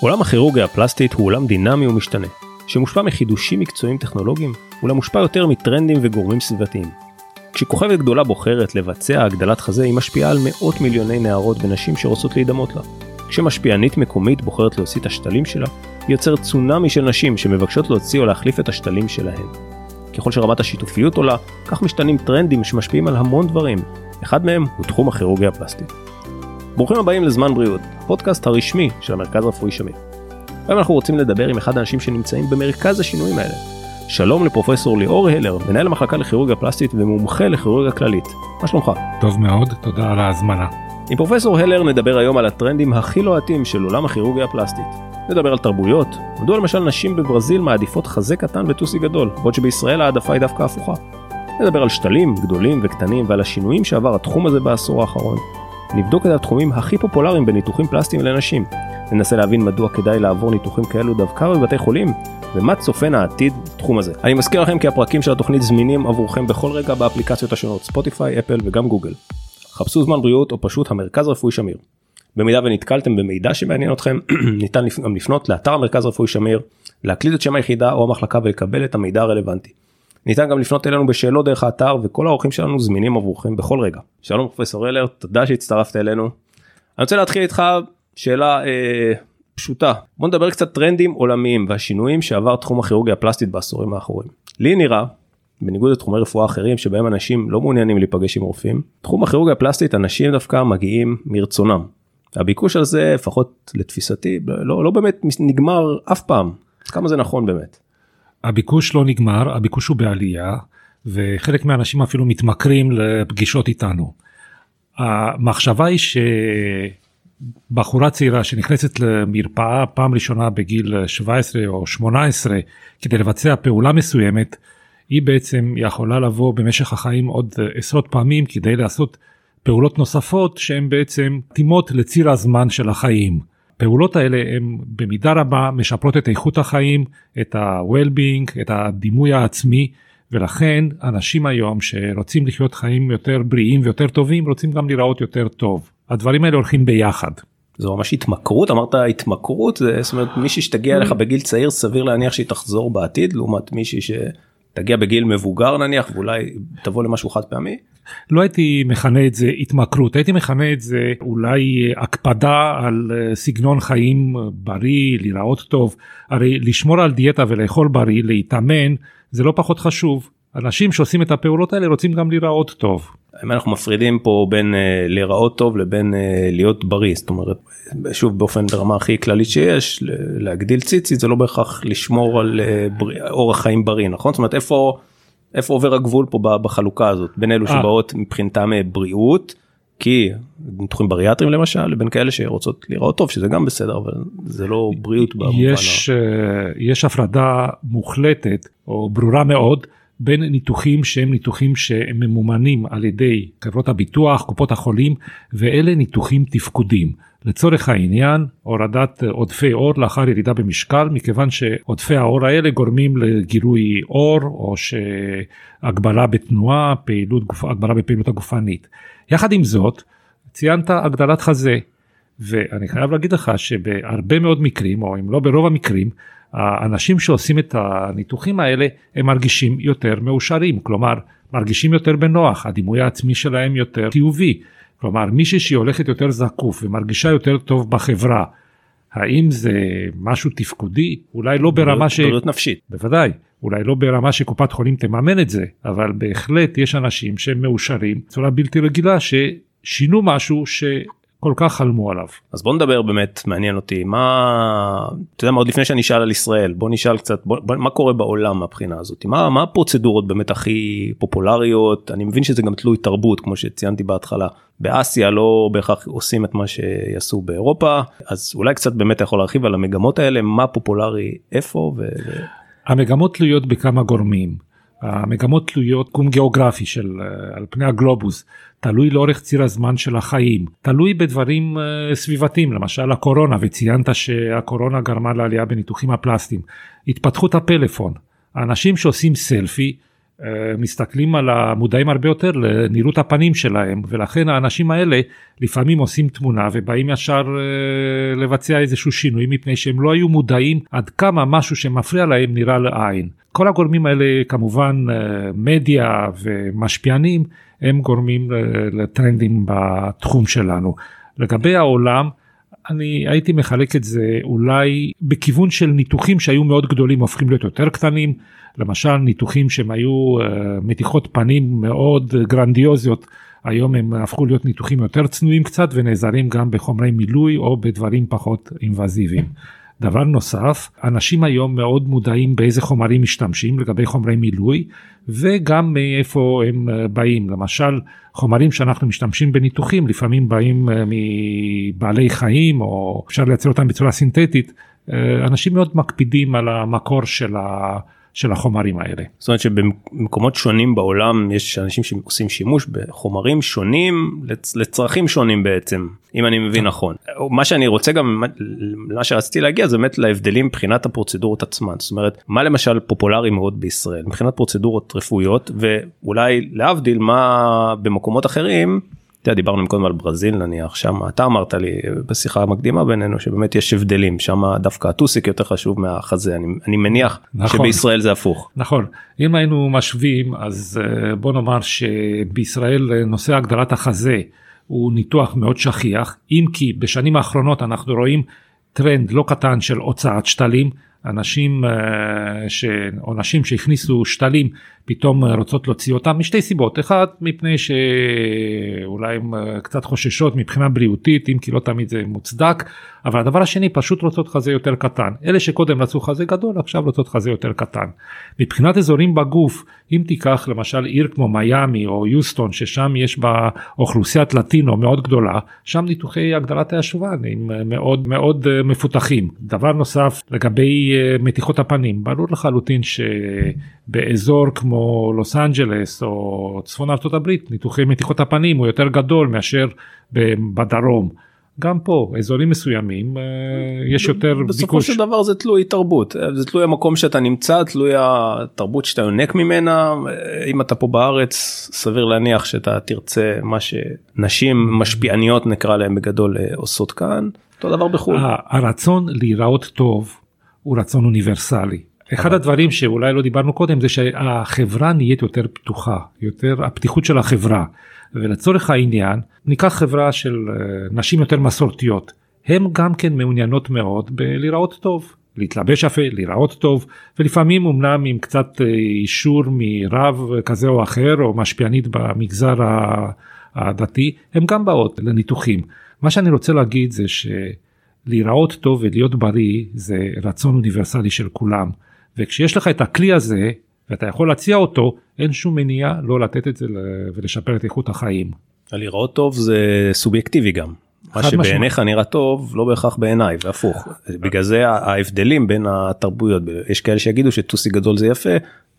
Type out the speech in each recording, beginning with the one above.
עולם הכירורגיה הפלסטית הוא עולם דינמי ומשתנה, שמושפע מחידושים מקצועיים טכנולוגיים, אולם מושפע יותר מטרנדים וגורמים סביבתיים. כשכוכבת גדולה בוחרת לבצע הגדלת חזה, היא משפיעה על מאות מיליוני נערות ונשים שרוצות להידמות לה. כשמשפיענית מקומית בוחרת להוציא את השתלים שלה, היא יוצרת צונאמי של נשים שמבקשות להוציא או להחליף את השתלים שלהן. ככל שרמת השיתופיות עולה, כך משתנים טרנדים שמשפיעים על המון דברים. אחד מהם הוא תחום הכירורגיה הפלסטית. ברוכים הבאים לזמן בריאות, הפודקאסט הרשמי של המרכז הרפואי שמיר. היום אנחנו רוצים לדבר עם אחד האנשים שנמצאים במרכז השינויים האלה. שלום לפרופסור ליאור הלר, מנהל המחלקה לכירורגיה פלסטית ומומחה לכירורגיה כללית. מה שלומך? טוב מאוד, תודה על ההזמנה. עם פרופסור הלר נדבר היום על הטרנדים הכי לוהטים של עולם הכירורגיה הפלסטית. נדבר על תרבויות, מדוע למשל נשים בברזיל מעדיפות חזה קטן וטוסי גדול, בעוד שבישראל העדפה היא דווקא הפוכה. נדבר על שתלים גדולים וקטנים ועל השינויים שעבר התחום הזה בעשור האחרון. נבדוק את התחומים הכי פופולריים בניתוחים פלסטיים לנשים. ננסה להבין מדוע כדאי לעבור ניתוחים כאלו דווקא בבתי חולים, ומה צופן העתיד בתחום הזה. אני מזכיר לכם כי הפרקים של התוכנית זמינים עבורכם בכל רגע באפליקציות השונות, ספוטיפיי, אפל וגם גוגל. חפשו זמן בריאות או פשוט המרכז הרפואי שמיר. במידה ונתקלתם במידע שמעניין אתכם, ניתן גם לפנות לאתר המרכז הרפואי שמיר, להקליד את שם היחידה או המחלקה ולקבל את המידע הרלוונטי. ניתן גם לפנות אלינו בשאלות דרך האתר, וכל האורחים שלנו זמינים עבורכם בכל רגע. שלום פרופסור הלר, תודה שהצטרפת אלינו. אני רוצה להתחיל איתך שאלה פשוטה. בוא נדבר קצת טרנדים עולמיים והשינויים שעבר תחום הכירורגיה הפלסטית בעשורים האחרונים. לי נראה, בניגוד לתחומי רפואה אחרים שבהם אנשים לא מעוניינים להיפגש עם רופאים, תחום הכירורגיה הפלסטית אנשים דווקא מגיעים מרצונם. הביקוש על זה, לפחות לתפיסתי, לא באמת נגמר אף פעם. כמה זה נכון באמת? הביקוש לא נגמר, הביקוש הוא בעלייה, וחלק מהאנשים אפילו מתמכרים לפגישות איתנו. המחשבה היא שבחורה צעירה שנכנסת למרפאה פעם ראשונה בגיל 17 או 18, כדי לבצע פעולה מסוימת, היא בעצם יכולה לבוא במשך החיים עוד עשרות פעמים כדי לעשות פעולות נוספות שהן בעצם מתאימות לציר הזמן של החיים. פעולות האלה הן במידה רבה משפרות את איכות החיים, את ה-well-being, את הדימוי העצמי, ולכן אנשים היום שרוצים לחיות חיים יותר בריאים ויותר טובים, רוצים גם לראות יותר טוב. הדברים האלה הולכים ביחד. זו ממש התמכרות, אמרת התמכרות, זאת אומרת מישהי שתגיע לך בגיל צעיר, סביר להניח שהיא תחזור בעתיד, לעומת מישהי שתגיע בגיל מבוגר נניח, ואולי תבוא למשהו חד פעמי? לא הייתי מכנה את זה התמכרות, הייתי מכנה את זה אולי הקפדה על סגנון חיים בריא, לראות טוב. הרי לשמור על דיאטה ולאכול בריא, להתאמן, זה לא פחות חשוב. אנשים שעושים את הפעולות האלה רוצים גם לראות טוב. אנחנו מפרידים פה בין לראות טוב לבין להיות בריא, זאת אומרת, שוב באופן ברמה הכי כללית שיש, להגדיל ציצית זה לא בהכרח לשמור על אורח חיים בריא, נכון? זאת אומרת, איפה עובר הגבול פה בחלוקה הזאת, בין אלו שבאות מבחינתם בריאות, כי ניתוחים בריאטריים למשל, לבין כאלה שרוצות לראות טוב, שזה גם בסדר, אבל זה לא בריאות במובן. יש הפרדה מוחלטת, או ברורה מאוד, בין ניתוחים שהם ניתוחים שהם ממומנים על ידי חברות הביטוח, קופות החולים, ואלה ניתוחים תפקודים. לצורך העניין, הורדת עודפי אור לאחר ירידה במשקל, מכיוון שעודפי האור האלה גורמים לגירוי אור, או שהגבלה בתנועה, הגבלה בפעילות הגופנית. יחד עם זאת, ציינת הגדלת חזה, ואני חייב להגיד לך שבהרבה מאוד מקרים, או אם לא ברוב המקרים, האנשים שעושים את הניתוחים האלה, הם מרגישים יותר מאושרים, כלומר, מרגישים יותר בנוח, הדימוי העצמי שלהם יותר חיובי, כלומר, מישהי שהיא הולכת יותר זקוף ומרגישה יותר טוב בחברה, האם זה משהו תפקודי? אולי לא ברמה בריאות נפשית. בוודאי, אולי לא ברמה שקופת חולים תממן את זה, אבל בהחלט יש אנשים שהם מאושרים, צורה בלתי רגילה, ששינו משהו כל כך חלמו עליו. אז בוא נדבר באמת, מעניין אותי, אתה יודע מה, עוד לפני שאני אשאל על ישראל, בוא נשאל קצת, מה קורה בעולם מהבחינה הזאת? מה הפרוצדורות באמת הכי פופולריות? אני מבין שזה גם תלוי תרבות, כמו שציינתי בהתחלה. באסיה לא בהכרח עושים את מה שיעשו באירופה, אז אולי קצת באמת יכול להרחיב על המגמות האלה, מה פופולרי, איפה המגמות תלויות בכמה גורמים. המגמות תלויות קום גיאוגרפי על פני הגלובוס, תלוי לאורך ציר הזמן של החיים, תלוי בדברים סביבתיים, למשל הקורונה, וציינת שהקורונה גרמה לעלייה בניתוחים הפלסטיים, התפתחות הפלאפון, האנשים שעושים סלפי, מסתכלים על המודעים הרבה יותר לנראות הפנים שלהם, ולכן האנשים האלה לפעמים עושים תמונה ובאים ישר לבצע איזשהו שינוי, מפני שהם לא היו מודעים עד כמה משהו שמפריע להם נראה לעין. כל הגורמים האלה כמובן מדיה ומשפיענים הם גורמים לטרנדים בתחום שלנו. לגבי העולם, אני הייתי מחלק את זה אולי בכיוון של ניתוחים שהיו מאוד גדולים הופכים להיות יותר קטנים, למשל ניתוחים שהם היו מתיחות פנים מאוד גרנדיוזיות, היום הם הפכו להיות ניתוחים יותר צנועים קצת ונעזרים גם בחומרי מילוי או בדברים פחות אינבזיביים. דבר נוסף, אנשים היום מאוד מודעים באיזה חומרים משתמשים לגבי חומרי מילוי, וגם מאיפה הם באים. למשל, חומרים שאנחנו משתמשים בניתוחים, לפעמים באים מבעלי חיים, או אפשר לייצר אותם בצורה סינתטית. אנשים מאוד מקפידים על המקור של החומרים האלה. זאת אומרת שבמקומות שונים בעולם יש אנשים שעושים שימוש בחומרים שונים לצרכים שונים בעצם, אם אני מבין נכון. מה שאני רוצה גם, מה שרציתי להגיע זה באמת להבדלים מבחינת הפרוצדורות עצמן. זאת אומרת, מה למשל פופולרי מאוד בישראל, מבחינת פרוצדורות רפואיות, ואולי להבדיל מה במקומות אחרים, דיברנו קודם על ברזיל נניח, שם אתה אמרת לי בשיחה המקדימה בינינו שבאמת יש הבדלים, שם דווקא הטוסיק יותר חשוב מהחזה, אני מניח נכון. שבישראל זה הפוך. נכון, אם היינו משווים אז בוא נאמר שבישראל נושא הגדרת החזה הוא ניתוח מאוד שכיח, אם כי בשנים האחרונות אנחנו רואים טרנד לא קטן של הוצאת שתלים, אנשים שהכניסו שתלים פתאום רוצות להוציא אותם משתי סיבות, אחד מפני שאולי הם קצת חוששות מבחינה בריאותית, אם כי לא תמיד זה מוצדק, אבל הדבר השני פשוט רוצות חזה יותר קטן, אלה שקודם רצו חזה גדול עכשיו רוצות חזה יותר קטן. מבחינת אזורים בגוף, אם תיקח למשל עיר כמו מיאמי או יוסטון ששם יש בה אוכלוסיית לטינו מאוד גדולה, שם ניתוחי הגדרת הישבן הם מאוד מאוד מפותחים. דבר נוסף לגבי מתיחות הפנים, ברור לחלוטין שבאזור כמו לוס אנג'לס או צפון ארצות הברית, ניתוחי מתיחות הפנים הוא יותר גדול מאשר בדרום. גם פה, אזורים מסוימים, יש יותר ביקוש. בסופו של דבר זה תלוי תרבות, זה תלוי המקום שאתה נמצא, תלוי התרבות שאתה יונק ממנה, אם אתה פה בארץ, סביר להניח שאתה תרצה מה שנשים משפיעניות נקרא להם בגדול עושות כאן, אותו דבר בחו"ל. הרצון להיראות טוב הוא רצון אוניברסלי. אחד הדברים שאולי לא דיברנו קודם זה שהחברה נהיית יותר פתוחה, יותר הפתיחות של החברה, ולצורך העניין ניקח חברה של נשים יותר מסורתיות, הן גם כן מעוניינות מאוד בלהיראות טוב, להתלבש יפה, להיראות טוב, ולפעמים אמנם עם קצת אישור מרב כזה או אחר, או משפיענית במגזר הדתי, הן גם באות לניתוחים. מה שאני רוצה להגיד זה שלהיראות טוב ולהיות בריא זה רצון אוניברסלי של כולם, וכשיש לך את הכלי הזה, ואתה יכול להציע אותו, אין שום מניעה לא לתת את זה ולשפר את איכות החיים. לראות טוב זה סובייקטיבי גם. מה שבעיניך נראה טוב, לא בהכרח בעיניי, והפוך. בגלל זה ההבדלים בין התרבויות, יש כאלה שיגידו שטוסי גדול זה יפה,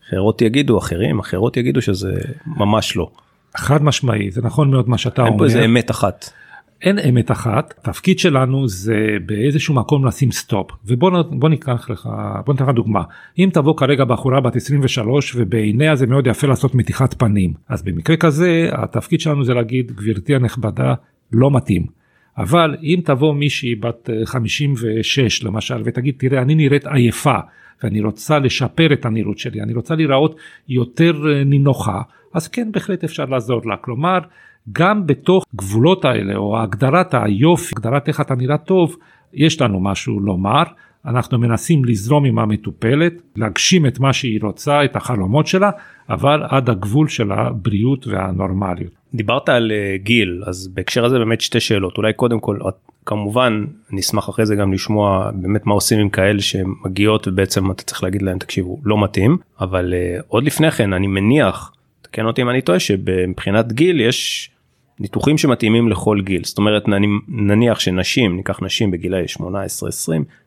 אחרות יגידו שזה ממש לא. חד משמעי, זה נכון מאוד מה שאתה אומר. אין פה איזה אמת אחת. אין אמת אחת, התפקיד שלנו זה באיזשהו מקום לשים סטופ, ובוא ניקח לך דוגמה, אם תבוא כרגע בחורה בת 23 ובעיניה זה מאוד יפה לעשות מתיחת פנים, אז במקרה כזה התפקיד שלנו זה להגיד גברתי הנכבדה לא מתאים, אבל אם תבוא מישהי בת 56 למשל ותגיד תראה אני נראית עייפה ואני רוצה לשפר את הנראות שלי, אני רוצה לראות יותר נינוחה, אז כן בהחלט אפשר לעזור לה, כלומר גם בתוך גבולות האלה, או הגדרת היופי, הגדרת איך אתה נראה טוב, יש לנו משהו לומר, אנחנו מנסים לזרום עם המטופלת, להגשים את מה שהיא רוצה, את החלומות שלה, אבל עד הגבול של הבריאות והנורמליות. דיברת על גיל, אז בהקשר הזה באמת שתי שאלות, אולי קודם כל, כמובן, נשמח אחרי זה גם לשמוע באמת מה עושים עם כאלה שמגיעות, ובעצם אתה צריך להגיד להם, תקשיבו, לא מתאים, אבל עוד לפני כן, אני מניח, תקן אותי אם אני טועה, שבמבחינת גיל יש ניתוחים שמתאימים לכל גיל, זאת אומרת נניח שנשים, ניקח נשים בגילי 18-20,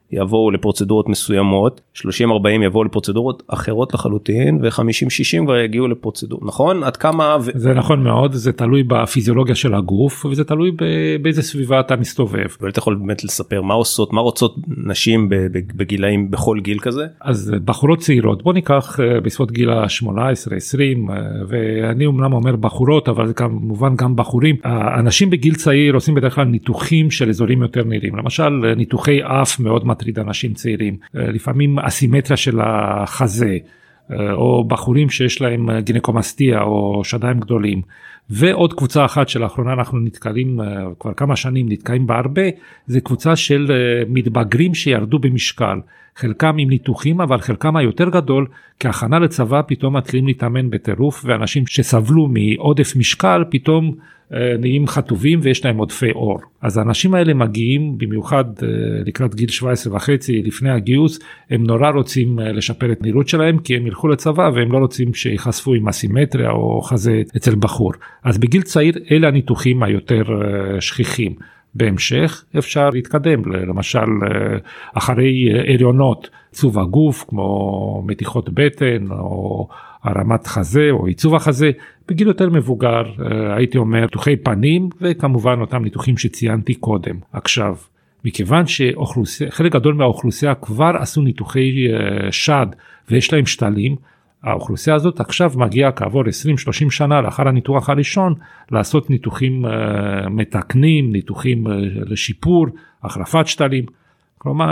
יבואו לפרוצדורות מסוימות, 30-40 יבואו לפרוצדורות אחרות לחלוטין, ו-50-60 כבר יגיעו לפרוצדורות, נכון? עד כמה... זה נכון מאוד, זה תלוי בפיזיולוגיה של הגוף, וזה תלוי באיזה סביבה אתה מסתובב. ואתה יכול באמת לספר מה רוצות נשים בגילאים, בכל גיל כזה? אז בחורות צעירות, בוא ניקח בסביבות גיל ה-18-20, ואני אומנם אומר בחורות, אבל זה כמובן גם בחורים. האנשים בגיל צעיר עושים בדרך כלל ניתוחים של אזורים יותר נראים, למשל ניתוחי אף מאוד מטריד אנשים צעירים, לפעמים אסימטריה של החזה, או בחורים שיש להם גינקומסטיה או שדיים גדולים, ועוד קבוצה אחת שלאחרונה אנחנו נתקלים, כבר כמה שנים נתקעים בה הרבה, זה קבוצה של מתבגרים שירדו במשקל, חלקם עם ניתוחים, אבל חלקם היותר גדול, כהכנה לצבא פתאום מתחילים להתאמן בטירוף, ואנשים שסבלו מעודף משקל פתאום נהיים חטובים ויש להם עודפי אור. אז האנשים האלה מגיעים, במיוחד לקראת גיל 17.5 לפני הגיוס, הם נורא רוצים לשפר את נראות שלהם, כי הם ילכו לצבא והם לא רוצים שיחשפו עם אסימטריה או חזה אצל בחור. אז בגיל צעיר אלה הניתוחים היותר שכיחים. בהמשך אפשר להתקדם, למשל אחרי הריונות, עיצוב הגוף כמו מתיחות בטן או הרמת חזה או עיצוב החזה, בגיל יותר מבוגר הייתי אומר ניתוחי פנים וכמובן אותם ניתוחים שציינתי קודם. עכשיו, מכיוון שחלק גדול מהאוכלוסייה כבר עשו ניתוחי שד ויש להם שתלים, האוכלוסייה הזאת עכשיו מגיעה כעבור 20-30 שנה לאחר הניתוח הראשון לעשות ניתוחים מתקנים, ניתוחים לשיפור, החלפת שתלים. כלומר,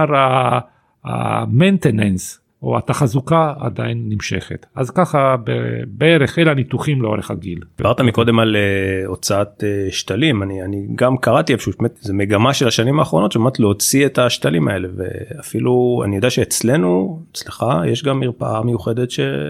המנטננס או התחזוקה עדיין נמשכת. אז ככה בערך אלה הניתוחים לאורך הגיל. דיברת מקודם על הוצאת שתלים, אני גם קראתי איפשהו, זה מגמה של השנים האחרונות, שבאמת להוציא את השתלים האלה, ואפילו אני יודע שאצלנו, אצלך, יש גם מרפאה מיוחדת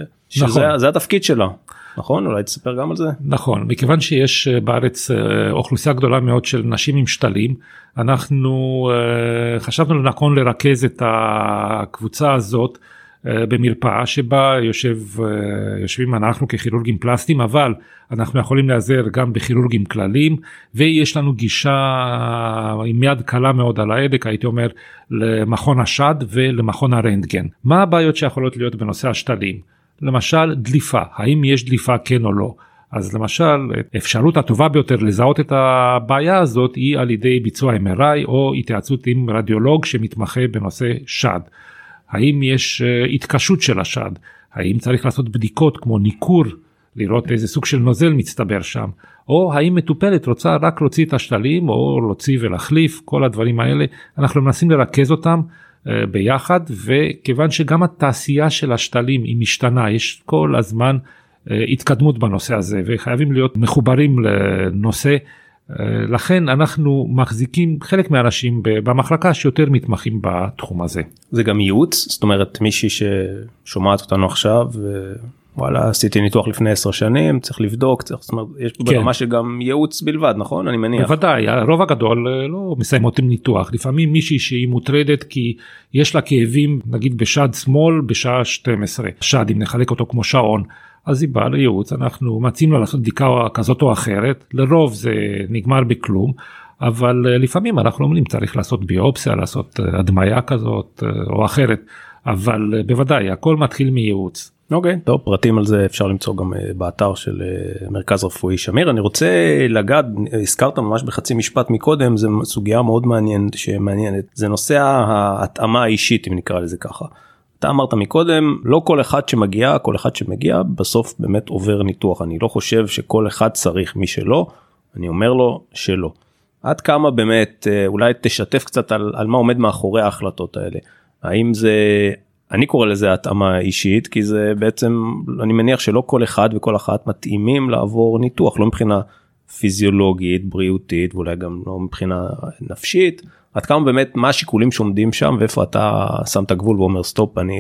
שזה התפקיד שלה. נכון? אולי תספר גם על זה? נכון, מכיוון שיש בארץ אוכלוסייה גדולה מאוד של נשים עם שתלים, אנחנו חשבנו לנכון לרכז את הקבוצה הזאת במרפאה שבה יושבים אנחנו ככירורגים פלסטיים, אבל אנחנו יכולים להיעזר גם בכירורגים כלליים, ויש לנו גישה עם יד קלה מאוד על ההדק, הייתי אומר, למכון השד ולמכון הרנטגן. מה הבעיות שיכולות להיות בנושא השתלים? למשל דליפה, האם יש דליפה כן או לא? אז למשל, אפשרות הטובה ביותר לזהות את הבעיה הזאת היא על ידי ביצוע MRI או התייעצות עם רדיולוג שמתמחה בנושא שד. האם יש התקשות של השד? האם צריך לעשות בדיקות כמו ניקור, לראות איזה סוג של נוזל מצטבר שם? או האם מטופלת רוצה רק להוציא את השתלים או להוציא ולהחליף, כל הדברים האלה, אנחנו מנסים לרכז אותם ביחד, וכיוון שגם התעשייה של השתלים היא משתנה, יש כל הזמן התקדמות בנושא הזה, וחייבים להיות מחוברים לנושא, לכן אנחנו מחזיקים חלק מהאנשים במחלקה שיותר מתמחים בתחום הזה. זה גם ייעוץ? זאת אומרת מישהי ששומעת אותנו עכשיו, וואלה עשיתי ניתוח לפני 10 שנים, צריך לבדוק, זאת אומרת יש פה ברמה שגם ייעוץ בלבד, נכון? אני מניח. בוודאי, הרוב הגדול לא מסיימות עם ניתוח, לפעמים מישהי שהיא מוטרדת כי יש לה כאבים נגיד בשד שמאל בשעה 12, שד אם נחלק אותו כמו שעון, אז היא באה לייעוץ, אנחנו מציעים לה לעשות בדיקה כזאת או אחרת, לרוב זה נגמר בכלום, אבל לפעמים אנחנו אומרים צריך לעשות ביופסיה, לעשות הדמיה כזאת או אחרת, אבל בוודאי הכל מתחיל מייעוץ. אוקיי, טוב, פרטים על זה אפשר למצוא גם באתר של מרכז רפואי שמיר. אני רוצה לגעת, הזכרת ממש בחצי משפט מקודם, זו סוגיה מאוד שמעניינת, זה נושא ההתאמה האישית אם נקרא לזה ככה. אתה אמרת מקודם, לא כל אחד שמגיע, בסוף באמת עובר ניתוח. אני לא חושב שכל אחד צריך, מי שלא, אני אומר לו שלא. עד כמה באמת, אולי תשתף קצת על מה עומד מאחורי ההחלטות האלה. האם זה, אני קורא לזה התאמה אישית, כי זה בעצם, אני מניח שלא כל אחד וכל אחת מתאימים לעבור ניתוח, לא מבחינה פיזיולוגית, בריאותית, ואולי גם לא מבחינה נפשית. עד כמה באמת, מה השיקולים שעומדים שם, ואיפה אתה שם את הגבול ואומר סטופ, אני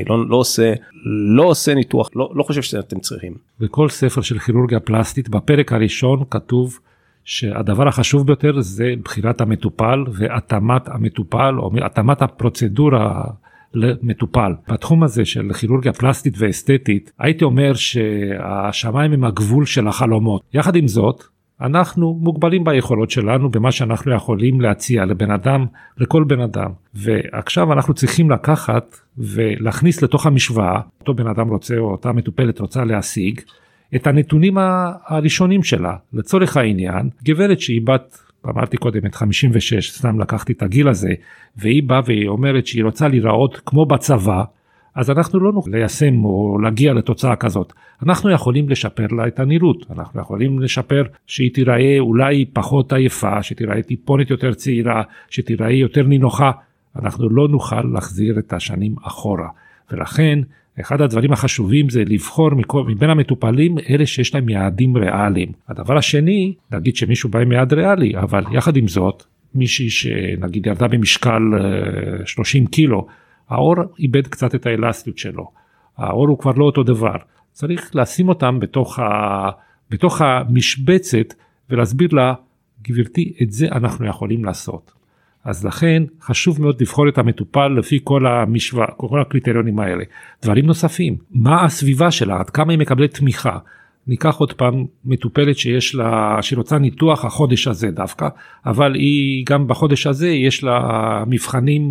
לא עושה ניתוח, לא חושב שאתם צריכים. בכל ספר של כירורגיה פלסטית, בפרק הראשון כתוב שהדבר החשוב ביותר זה בחירת המטופל, והתאמת המטופל, או התאמת הפרוצדורה למטופל. בתחום הזה של כירורגיה פלסטית ואסתטית, הייתי אומר שהשמיים הם הגבול של החלומות. יחד עם זאת, אנחנו מוגבלים ביכולות שלנו, במה שאנחנו יכולים להציע לבן אדם, לכל בן אדם. ועכשיו אנחנו צריכים לקחת ולהכניס לתוך המשוואה, אותו בן אדם רוצה או אותה מטופלת רוצה להשיג, את הנתונים הראשונים שלה. לצורך העניין, גברת שהיא בת, אמרתי קודם, את 56, סתם לקחתי את הגיל הזה, והיא באה והיא אומרת שהיא רוצה להיראות כמו בצבא, אז אנחנו לא נוכל ליישם או להגיע לתוצאה כזאת. אנחנו יכולים לשפר לה את הנראות, אנחנו יכולים לשפר שהיא תיראה אולי פחות עייפה, שתיראה טיפונת יותר צעירה, שתיראה יותר נינוחה. אנחנו לא נוכל להחזיר את השנים אחורה. ולכן, אחד הדברים החשובים זה לבחור מבין המטופלים אלה שיש להם יעדים ריאליים. הדבר השני, נגיד שמישהו בא עם יעד ריאלי, אבל יחד עם זאת, מישהי שנגיד ירדה במשקל 30 קילו, האור איבד קצת את האלסטיות שלו. האור הוא כבר לא אותו דבר. צריך לשים אותם בתוך המשבצת ולהסביר לה, גברתי, את זה אנחנו יכולים לעשות. אז לכן חשוב מאוד לבחור את המטופל לפי כל המשוואה, כל הקריטריונים האלה. דברים נוספים, מה הסביבה שלה, עד כמה היא מקבלת תמיכה. ניקח עוד פעם מטופלת שהיא רוצה ניתוח החודש הזה דווקא, אבל היא גם בחודש הזה יש לה מבחנים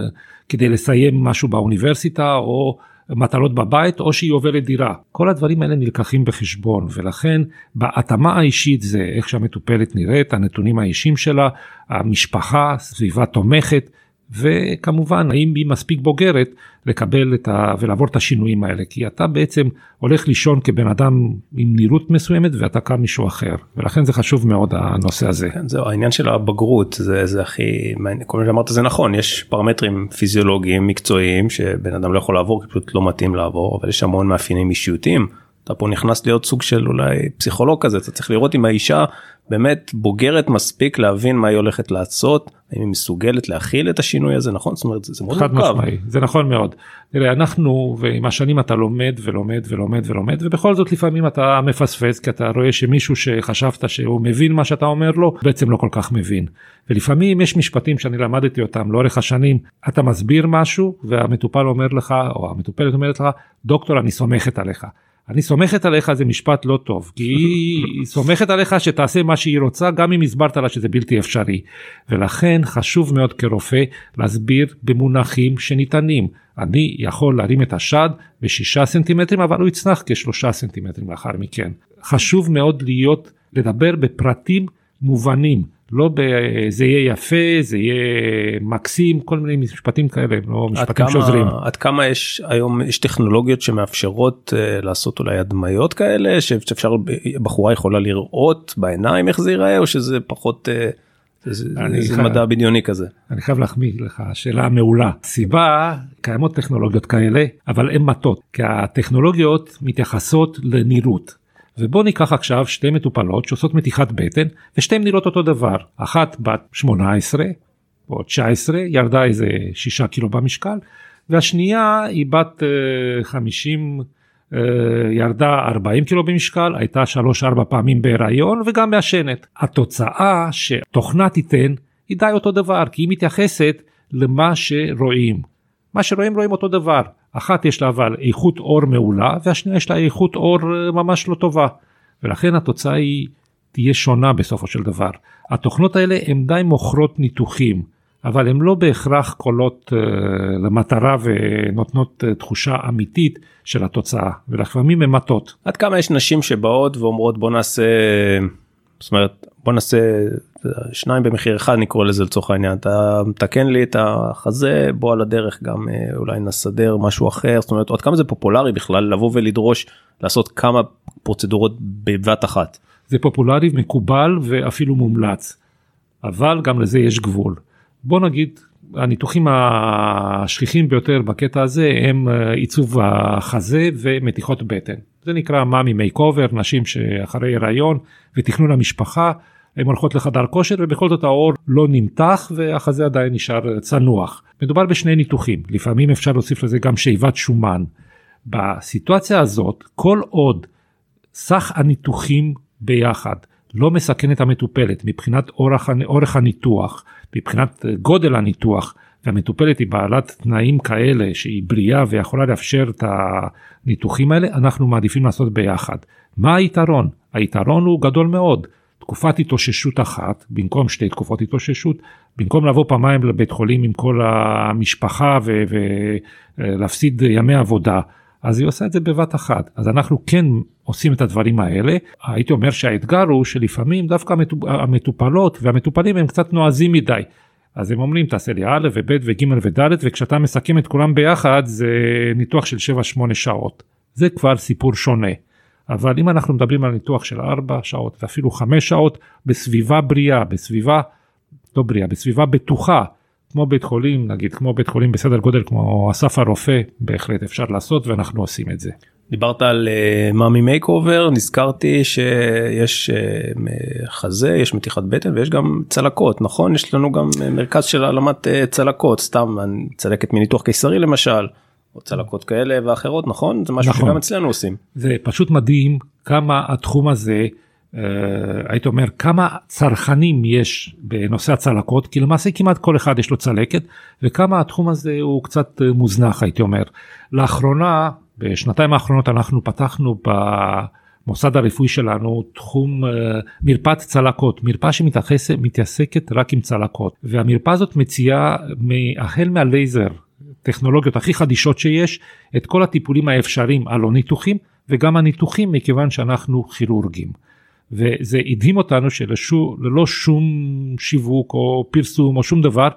כדי לסיים משהו באוניברסיטה, או מטלות בבית, או שהיא עוברת דירה. כל הדברים האלה נלקחים בחשבון, ולכן בהתאמה האישית זה איך שהמטופלת נראית, הנתונים האישיים שלה, המשפחה, סביבה תומכת, וכמובן, האם היא מספיק בוגרת לקבל ולעבור את השינויים האלה, כי אתה בעצם הולך לישון כבן אדם עם נראות מסוימת, ואתה קם מישהו אחר, ולכן זה חשוב מאוד הנושא הזה. כן, זהו, העניין של הבגרות, זה הכי, כל מה שאמרת זה נכון, יש פרמטרים פיזיולוגיים, מקצועיים, שבן אדם לא יכול לעבור, כי פשוט לא מתאים לעבור, אבל יש המון מאפיינים אישיותיים, אתה פה נכנס להיות סוג של אולי פסיכולוג כזה, אתה צריך לראות אם האישה באמת בוגרת מספיק להבין מה היא הולכת לעשות, האם היא מסוגלת להכיל את השינוי הזה, נכון? זאת אומרת, זה מאוד מורכב. זה נכון מאוד. תראה, אנחנו, ועם השנים אתה לומד ולומד ולומד ולומד, ובכל זאת לפעמים אתה מפספס, כי אתה רואה שמישהו שחשבת שהוא מבין מה שאתה אומר לו, בעצם לא כל כך מבין. ולפעמים יש משפטים שאני למדתי אותם לאורך השנים, אתה מסביר משהו, והמטופל אומר לך, או המטופלת אומרת לך, דוקטור, אני סומכת עליך. אני סומכת עליך זה משפט לא טוב, כי היא סומכת עליך שתעשה מה שהיא רוצה, גם אם הסברת לה שזה בלתי אפשרי. ולכן חשוב מאוד כרופא להסביר במונחים שניתנים. אני יכול להרים את השד ב6 סנטימטרים, אבל הוא יצנח כ3 סנטימטרים לאחר מכן. חשוב מאוד לדבר בפרטים מובנים, לא זה יהיה יפה, זה יהיה מקסים, כל מיני משפטים כאלה, לא משפטים שעוזרים. עד כמה היום יש טכנולוגיות שמאפשרות לעשות אולי הדמיות כאלה, שאפשר, בחורה יכולה לראות בעיניים איך זה ייראה, או שזה פחות, זה מדע בדיוני כזה? אני חייב להחמיא לך, שאלה מעולה. סיבה, קיימות טכנולוגיות כאלה, אבל הן מטות, כי הטכנולוגיות מתייחסות לנראות. ובוא ניקח עכשיו 2 מטופלות שעושות מתיחת בטן, ושתיהן נראות אותו דבר. אחת בת 18 או 19, ירדה איזה 6 קילו במשקל, והשנייה היא בת 50, ירדה 40 קילו במשקל, הייתה 3-4 פעמים בהיריון, וגם מעשנת. התוצאה שתוכנה תיתן היא די אותו דבר, כי היא מתייחסת למה שרואים. מה שרואים אותו דבר. אחת יש לה אבל איכות אור מעולה, והשנייה יש לה איכות אור ממש לא טובה. ולכן התוצאה היא תהיה שונה בסופו של דבר. התוכנות האלה הן די מוכרות ניתוחים, אבל הן לא בהכרח קולות למטרה ונותנות תחושה אמיתית של התוצאה. ולפעמים הן מטות. עד כמה יש נשים שבאות ואומרות בוא נעשה, זאת אומרת בוא נעשה 2 במחיר אחד נקרא לזה לצורך העניין, אתה מתקן לי את החזה, בוא על הדרך גם אולי נסדר משהו אחר, זאת אומרת עוד כמה זה פופולרי בכלל לבוא ולדרוש לעשות כמה פרוצדורות בבת אחת. זה פופולרי, מקובל ואפילו מומלץ, אבל גם לזה יש גבול. בוא נגיד, הניתוחים השכיחים ביותר בקטע הזה הם עיצוב החזה ומתיחות בטן. זה נקרא מאמי מייקובר, נשים שאחרי הריון ותכנון המשפחה, הן הולכות לחדר כושר ובכל זאת האור לא נמתח והחזה עדיין נשאר צנוח. מדובר בשני ניתוחים, לפעמים אפשר להוסיף לזה גם שאיבת שומן. בסיטואציה הזאת, כל עוד סך הניתוחים ביחד לא מסכן את המטופלת מבחינת אורך הניתוח, מבחינת גודל הניתוח, והמטופלת היא בעלת תנאים כאלה שהיא בריאה ויכולה לאפשר את הניתוחים האלה, אנחנו מעדיפים לעשות ביחד. מה היתרון? היתרון הוא גדול מאוד. תקופת התאוששות אחת, במקום 2 תקופות התאוששות, במקום לבוא פעמיים לבית חולים עם כל המשפחה ולהפסיד ימי עבודה, אז היא עושה את זה בבת אחת. אז אנחנו כן עושים את הדברים האלה. הייתי אומר שהאתגר הוא שלפעמים דווקא המטופלות והמטופלים הם קצת נועזים מדי. אז הם אומרים, תעשה לי א' וב' וג' וד', וכשאתה מסכם את כולם ביחד, זה ניתוח של 7-8 שעות. זה כבר סיפור שונה. אבל אם אנחנו מדברים על ניתוח של 4 שעות, ואפילו 5 שעות, בסביבה בריאה, בסביבה בטוחה, כמו בית חולים, נגיד, כמו בית חולים בסדר גודל, כמו אסף הרופא, בהחלט אפשר לעשות, ואנחנו עושים את זה. דיברת על מאמי מייקאובר, נזכרתי שיש חזה, יש מתיחת בטן, ויש גם צלקות, נכון? יש לנו גם מרכז של העלמת צלקות, סתם צלקת מניתוח קיסרי למשל, או צלקות כאלה ואחרות, נכון? זה משהו נכון. שגם אצלנו עושים. זה פשוט מדהים כמה התחום הזה, הייתי אומר, כמה צרכנים יש בנושא הצלקות, כי למעשה כמעט כל אחד יש לו צלקת, וכמה התחום הזה הוא קצת מוזנח, הייתי אומר. לאחרונה, בשנתיים האחרונות אנחנו פתחנו במוסד הרפואי שלנו תחום מרפאת צלקות, מרפאה שמתעסקת רק עם צלקות, והמרפאה הזאת מציעה החל מהלייזר, טכנולוגיות הכי חדישות שיש, את כל הטיפולים האפשריים הלא ניתוחים, וגם הניתוחים מכיוון שאנחנו כירורגים. וזה הדהים אותנו שללא שום שיווק או פרסום או שום דבר,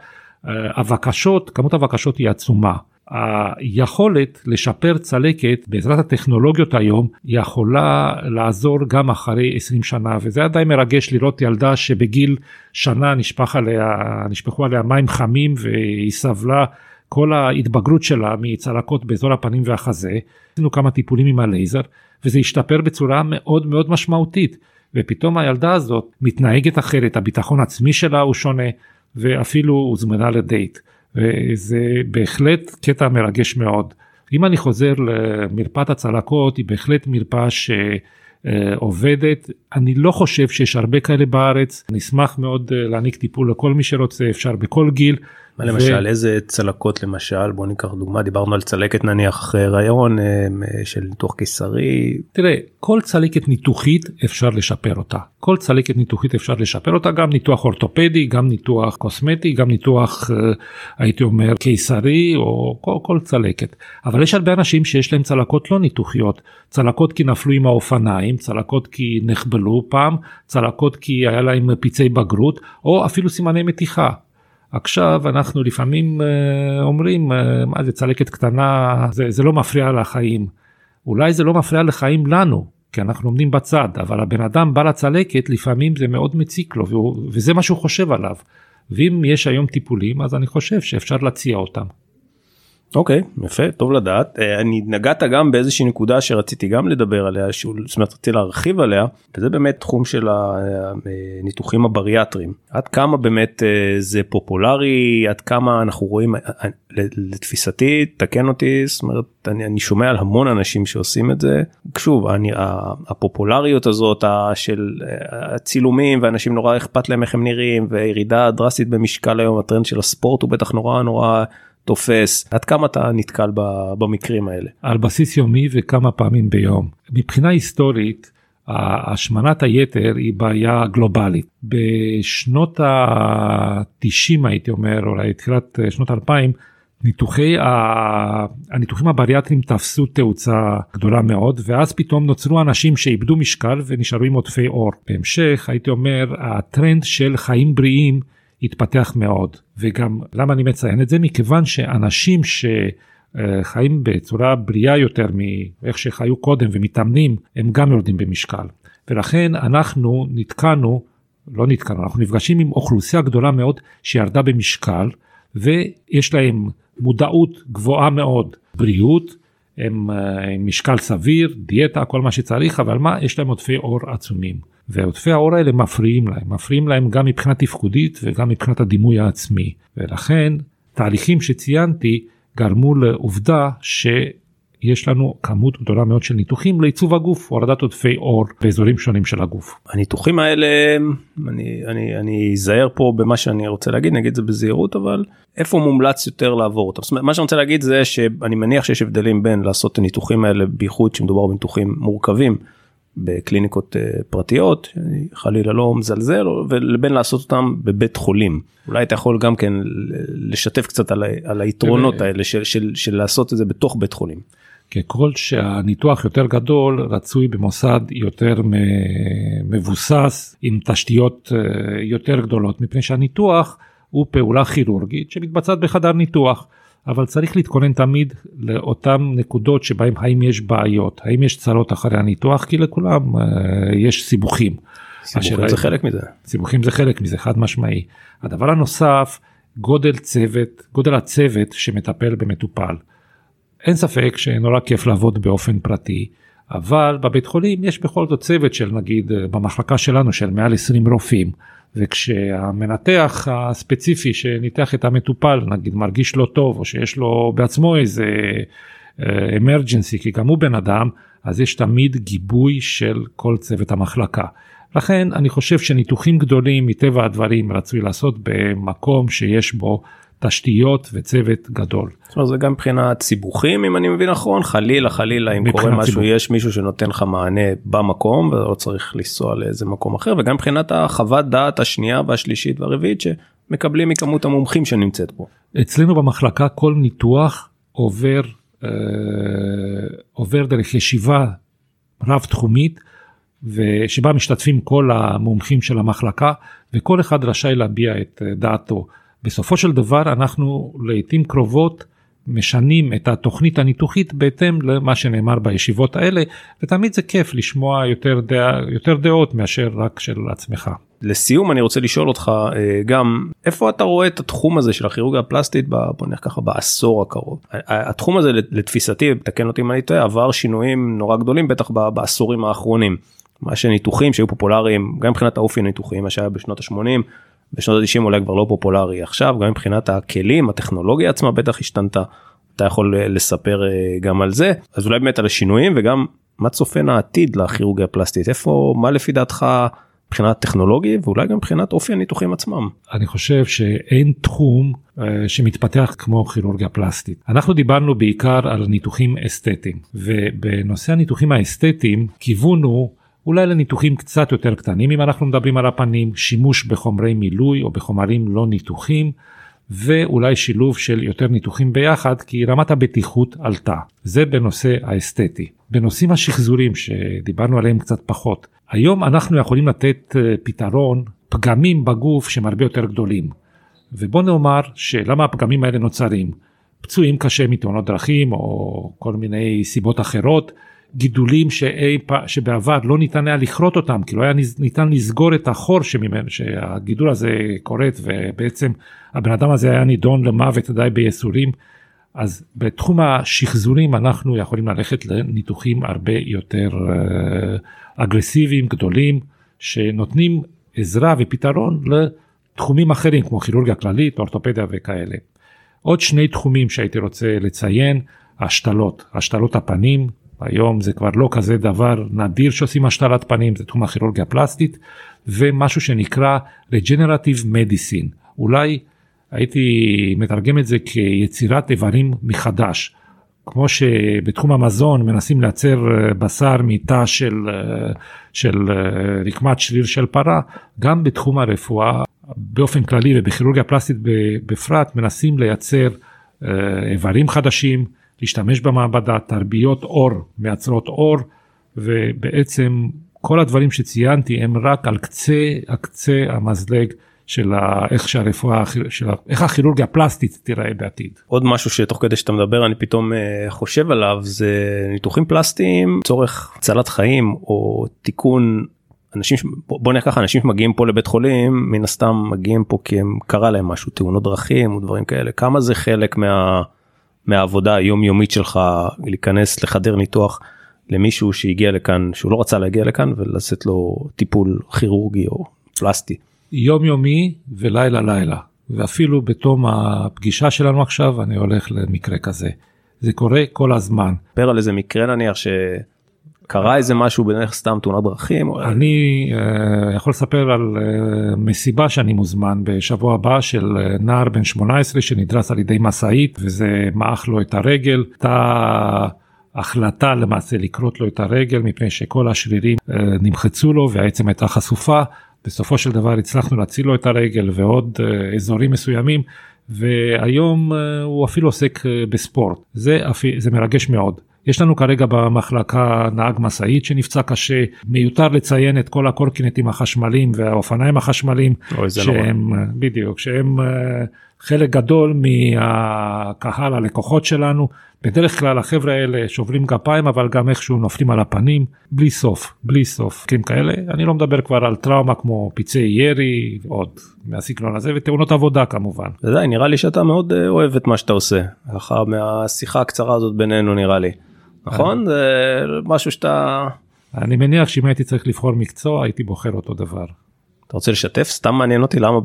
כמות הבקשות היא עצומה. היכולת לשפר צלקת בעזרת הטכנולוגיות היום יכולה לעזור גם אחרי 20 שנה, וזה עדיין מרגש לראות ילדה שבגיל שנה נשפכו עליה מים חמים והיא סבלה כל ההתבגרות שלה מצלקות באזור הפנים והחזה. עשינו כמה טיפולים עם הלייזר וזה השתפר בצורה מאוד מאוד משמעותית, ופתאום הילדה הזאת מתנהגת אחרת, הביטחון עצמי שלה הוא שונה, ואפילו הוזמנה לדייט. וזה בהחלט קטע מרגש מאוד. אם אני חוזר למרפאת הצלקות, היא בהחלט מרפאה שעובדת. אני לא חושב שיש הרבה כאלה בארץ. נשמח מאוד להעניק טיפול לכל מי שרוצה, אפשר בכל גיל. מה למשל, איזה צלקות למשל? בוא ניקח דוגמה, דיברנו על צלקת נניח רעיון של ניתוח קיסרי. תראה, כל צלקת ניתוחית אפשר לשפר אותה. כל צלקת ניתוחית אפשר לשפר אותה, גם ניתוח אורתופדי, גם ניתוח קוסמטי, גם ניתוח, הייתי אומר, קיסרי, או כל צלקת. אבל יש הרבה אנשים שיש להם צלקות לא ניתוחיות. צלקות כי נפלו עם האופניים, צלקות כי נחבלו פעם, צלקות כי היה להם פיצי בגרות, או אפילו סימני מתיחה. עכשיו אנחנו לפעמים אומרים, מה זה צלקת קטנה, זה לא מפריע לחיים. אולי זה לא מפריע לחיים לנו, כי אנחנו עומדים בצד, אבל הבן אדם בא לצלקת, לפעמים זה מאוד מציק לו, וזה מה שהוא חושב עליו. ואם יש היום טיפולים, אז אני חושב שאפשר להציע אותם. אוקיי, יפה, טוב לדעת. אני נגעת גם באיזושהי נקודה שרציתי גם לדבר עליה, זאת אומרת, רציתי להרחיב עליה, וזה באמת תחום של הניתוחים הבריאטריים. עד כמה באמת זה פופולרי, עד כמה אנחנו רואים, לתפיסתי, תקן אותי, זאת אומרת, אני שומע על המון אנשים שעושים את זה. שוב, הפופולריות הזאת של הצילומים, ואנשים נורא אכפת להם איך הם נראים, וירידה דרסטית במשקל היום, הטרנד של הספורט הוא בטח נורא תופס. עד כמה אתה נתקל במקרים האלה? על בסיס יומי וכמה פעמים ביום. מבחינה היסטורית, השמנת היתר היא בעיה גלובלית. בשנות ה-90 הייתי אומר, אולי תחילת שנות 2000, הניתוחים הבריאטריים תפסו תאוצה גדולה מאוד, ואז פתאום נוצרו אנשים שאיבדו משקל ונשארו עם עודפי עור. בהמשך הייתי אומר, הטרנד של חיים בריאים התפתח מאוד, וגם למה אני מציין את זה? מכיוון שאנשים שחיים בצורה בריאה יותר מאיך שחיו קודם ומתאמנים, הם גם יורדים במשקל. ולכן אנחנו אנחנו נפגשים עם אוכלוסייה גדולה מאוד שירדה במשקל, ויש להם מודעות גבוהה מאוד, בריאות, הם משקל סביר, דיאטה, כל מה שצריך, אבל יש להם עודפי עור עצומים. ועודפי העור האלה מפריעים להם גם מבחינה תפקודית וגם מבחינת הדימוי העצמי. ולכן תהליכים שציינתי גרמו לעובדה שיש לנו כמות גדולה מאוד של ניתוחים לעיצוב הגוף, הורדת עודפי עור באזורים שונים של הגוף. הניתוחים האלה, אני אזהר פה במה שאני רוצה להגיד, נגיד את זה בזהירות, אבל איפה מומלץ יותר לעבור אותם? זאת אומרת, מה שאני רוצה להגיד זה שאני מניח שיש הבדלים בין לעשות את הניתוחים האלה, בייחוד שמדובר בניתוחים מורכבים, בקליניקות פרטיות, חלילה לא מזלזל, ולבין לעשות אותם בבית חולים. אולי אתה יכול גם כן לשתף קצת על היתרונות האלה של לעשות את זה בתוך בית חולים. ככל שהניתוח יותר גדול, רצוי במוסד יותר מבוסס, עם תשתיות יותר גדולות, מפני שהניתוח הוא פעולה כירורגית שמתבצעת בחדר ניתוח, אבל צריך להתכונן תמיד לאותן נקודות שבהן האם יש בעיות, האם יש צרות אחרי הניתוח, כי לכולם יש סיבוכים. סיבוכים זה חלק מזה. סיבוכים זה חלק מזה, חד משמעי. הדבר הנוסף, גודל הצוות שמטפל במטופל. אין ספק שנורא כיף לעבוד באופן פרטי, אבל בבית חולים יש בכל זאת צוות של נגיד במחלקה שלנו של מעל 20 רופאים, וכשהמנתח הספציפי שניתח את המטופל נגיד מרגיש לא טוב, או שיש לו בעצמו איזה אמרג'נסי, כי גם הוא בן אדם, אז יש תמיד גיבוי של כל צוות המחלקה. לכן אני חושב שניתוחים גדולים מטבע הדברים רצוי לעשות במקום שיש בו תשתיות וצוות גדול. זאת אומרת, זה גם מבחינת סיבוכים, אם אני מבין נכון, חלילה, אם קורה משהו, יש מישהו שנותן לך מענה במקום, ולא צריך לנסוע לאיזה מקום אחר, וגם מבחינת החוות דעת השנייה והשלישית והרביעית, שמקבלים מכמות המומחים שנמצאת פה. אצלנו במחלקה כל ניתוח עובר דרך ישיבה רב תחומית, ושבה משתתפים כל המומחים של המחלקה, וכל אחד רשאי להביע את דעתו. בסופו של דבר אנחנו לעתים קרובות משנים את התוכנית הניתוחית בהתאם למה שנאמר בישיבות האלה, ותמיד זה כיף לשמוע יותר דעות מאשר רק של עצמך. לסיום אני רוצה לשאול אותך גם, איפה אתה רואה את התחום הזה של הכירורגיה הפלסטית, בוא נלך ככה בעשור הקרוב? התחום הזה לתפיסתי, תקן אותי אם אני טועה, עבר שינויים נורא גדולים, בטח בעשורים האחרונים. מה שניתוחים שהיו פופולריים, גם מבחינת האופי הניתוחים, מה שהיה בשנות ה-80, בשנות ה-90 אולי כבר לא פופולרי עכשיו, גם מבחינת הכלים, הטכנולוגיה עצמה בטח השתנתה, אתה יכול לספר גם על זה, אז אולי באמת על השינויים, וגם מה צופן העתיד לכירורגיה הפלסטית, מה לפי דעתך מבחינת טכנולוגיה, ואולי גם מבחינת אופי הניתוחים עצמם? אני חושב שאין תחום שמתפתח כמו כירורגיה פלסטית. אנחנו דיברנו בעיקר על ניתוחים אסתטיים, ובנושא הניתוחים האסתטיים, כיוון הוא אולי לניתוחים קצת יותר קטנים, אם אנחנו מדברים על הפנים, שימוש בחומרי מילוי או בחומרים לא ניתוחים, ואולי שילוב של יותר ניתוחים ביחד, כי רמת הבטיחות עלתה. זה בנושא האסתטי. בנושאים השחזורים שדיברנו עליהם קצת פחות, היום אנחנו יכולים לתת פתרון פגמים בגוף שהם הרבה יותר גדולים. ובוא נאמר שלמה הפגמים האלה נוצרים? פצועים קשה מתאונות דרכים או כל מיני סיבות אחרות, גידולים שבעבר לא ניתן היה לכרות אותם, כי לא היה ניתן לסגור את החור שהגידול הזה קורית, ובעצם הבן אדם הזה היה נידון למוות די בייסורים. אז בתחום השחזורים אנחנו יכולים ללכת לניתוחים הרבה יותר אגרסיביים, גדולים, שנותנים עזרה ופתרון לתחומים אחרים, כמו כירורגיה כללית, אורתופדיה וכאלה. עוד שני תחומים שהייתי רוצה לציין, השתלות הפנים, היום זה כבר לא כזה דבר נדיר שעושים השתלת פנים, זה תחום הכירורגיה הפלסטית, ומשהו שנקרא Regenerative Medicine. אולי הייתי מתרגם את זה כיצירת איברים מחדש, כמו שבתחום המזון מנסים לייצר בשר מתא של רקמת שריר של פרה, גם בתחום הרפואה באופן כללי ובכירורגיה פלסטית בפרט מנסים לייצר איברים חדשים, להשתמש במעבדה, תרביות אור, מייצרות אור, ובעצם כל הדברים שציינתי הם רק על קצה המזלג של איך הכירורגיה הפלסטית תיראה בעתיד. עוד משהו שתוך כדי שאתה מדבר אני פתאום חושב עליו, זה ניתוחים פלסטיים, צורך הצלת חיים או תיקון אנשים, בוא נראה ככה, אנשים שמגיעים פה לבית חולים, מן הסתם מגיעים פה כי הם קרה להם משהו, תאונות דרכים ודברים כאלה, כמה זה חלק מהעבודה היומיומית שלך להיכנס לחדר ניתוח למישהו שהגיע לכאן, שהוא לא רצה להגיע לכאן ולעשות לו טיפול כירורגי או פלסטי? יומיומי ולילה לילה, ואפילו בתום הפגישה שלנו עכשיו אני הולך למקרה כזה. זה קורה כל הזמן. דבר על איזה מקרה נניח שקרה איזה משהו בדרך סתם תאונת דרכים? אני יכול לספר על מסיבה שאני מוזמן בשבוע הבא של נער בן 18 שנדרס על ידי מסעית, וזה מעך לו את הרגל. החלטה למעשה לקרות לו את הרגל, מפני שכל השרירים נמחצו לו והעצם הייתה חשופה, בסופו של דבר הצלחנו להציל לו את הרגל ועוד אזורים מסוימים, והיום הוא אפילו עוסק בספורט, זה מרגש מאוד. יש לנו כרגע במחלקה נהג מסעית שנפצע קשה, מיותר לציין את כל הקורקינטים החשמליים והאופניים החשמליים, שהם, בדיוק, שהם חלק גדול מהקהל הלקוחות שלנו, בדרך כלל החבר'ה האלה שוברים גפיים, אבל גם איכשהו נופלים על הפנים, בלי סוף, כאלה. אני לא מדבר כבר על טראומה כמו פיצי ירי, עוד מהסגנון הזה, ותאונות עבודה כמובן. זה נראה לי שאתה מאוד אוהב את מה שאתה עושה, אחר מהשיחה הקצרה הזאת בינינו נראה לי. נכון? זה משהו שאתה... אני מניח שאם הייתי צריך לבחור מקצוע, הייתי בוחר אותו דבר. אתה רוצה לשתף? סתם מעניין אותי למה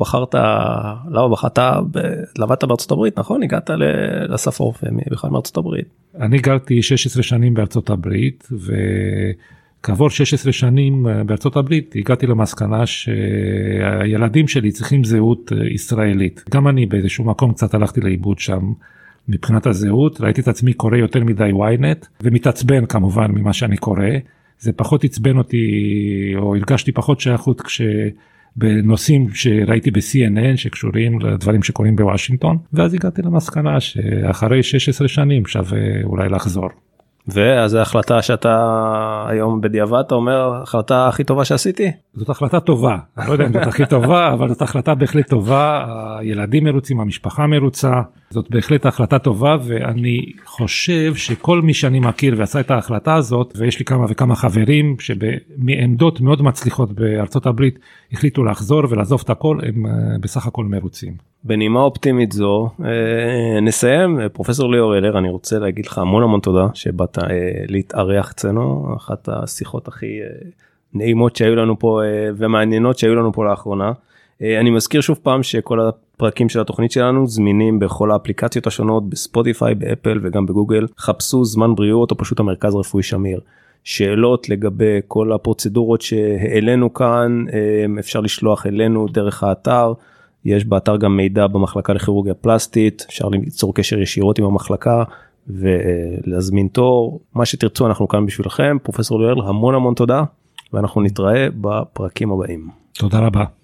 למדת בארצות הברית, נכון? הגעת לאסף הרופא בכלל מארצות הברית. אני גרתי 16 שנים בארצות הברית, וכעבור 16 שנים בארצות הברית, הגעתי למסקנה שהילדים שלי צריכים זהות ישראלית. גם אני באיזשהו מקום קצת הלכתי לאיבוד שם, מבחינת הזהות, ראיתי את עצמי קורא יותר מדי ynet, ומתעצבן כמובן ממה שאני קורא, זה פחות עצבן אותי, או הרגשתי פחות שייכות בנושאים שראיתי ב-CNN שקשורים לדברים שקורים בוושינגטון, ואז הגעתי למסקנה שאחרי 16 שנים שווה אולי לחזור. ואז ההחלטה שאתה היום בדיעבד, אתה אומר, ההחלטה הכי טובה שעשיתי? זאת החלטה טובה, אני לא יודע אם זאת הכי טובה, אבל זאת החלטה בהחלט טובה, הילדים מרוצים, המשפחה מרוצה, זאת בהחלט החלטה טובה, ואני חושב שכל מי שאני מכיר ועשה את ההחלטה הזאת, ויש לי כמה וכמה חברים שמעמדות מאוד מצליחות בארצות הברית, החליטו לחזור ולעזוב את הכל, הם בסך הכל מרוצים. בנימה אופטימית זו, נסיים, פרופסור ליאור אלר, אני רוצה להגיד לך המון תודה שבאת להתארח אצלנו, אחת השיחות הכי נעימות שהיו לנו פה ומעניינות שהיו לנו פה לאחרונה. אני מזכיר שוב פעם שכל הפרקים של התוכנית שלנו זמינים בכל האפליקציות השונות, בספוטיפיי, באפל וגם בגוגל. חפשו זמן בריאות או פשוט המרכז רפואי שמיר. שאלות לגבי כל הפרוצדורות שהעלינו כאן, אפשר לשלוח אלינו דרך האתר. יש באתר גם מידע במחלקה לכירורגיה פלסטית, אפשר ליצור קשר ישירות עם המחלקה ולהזמין תור. מה שתרצו אנחנו כאן בשבילכם. פרופסור ליאור, המון תודה, ואנחנו נתראה בפרקים הבאים. תודה רבה.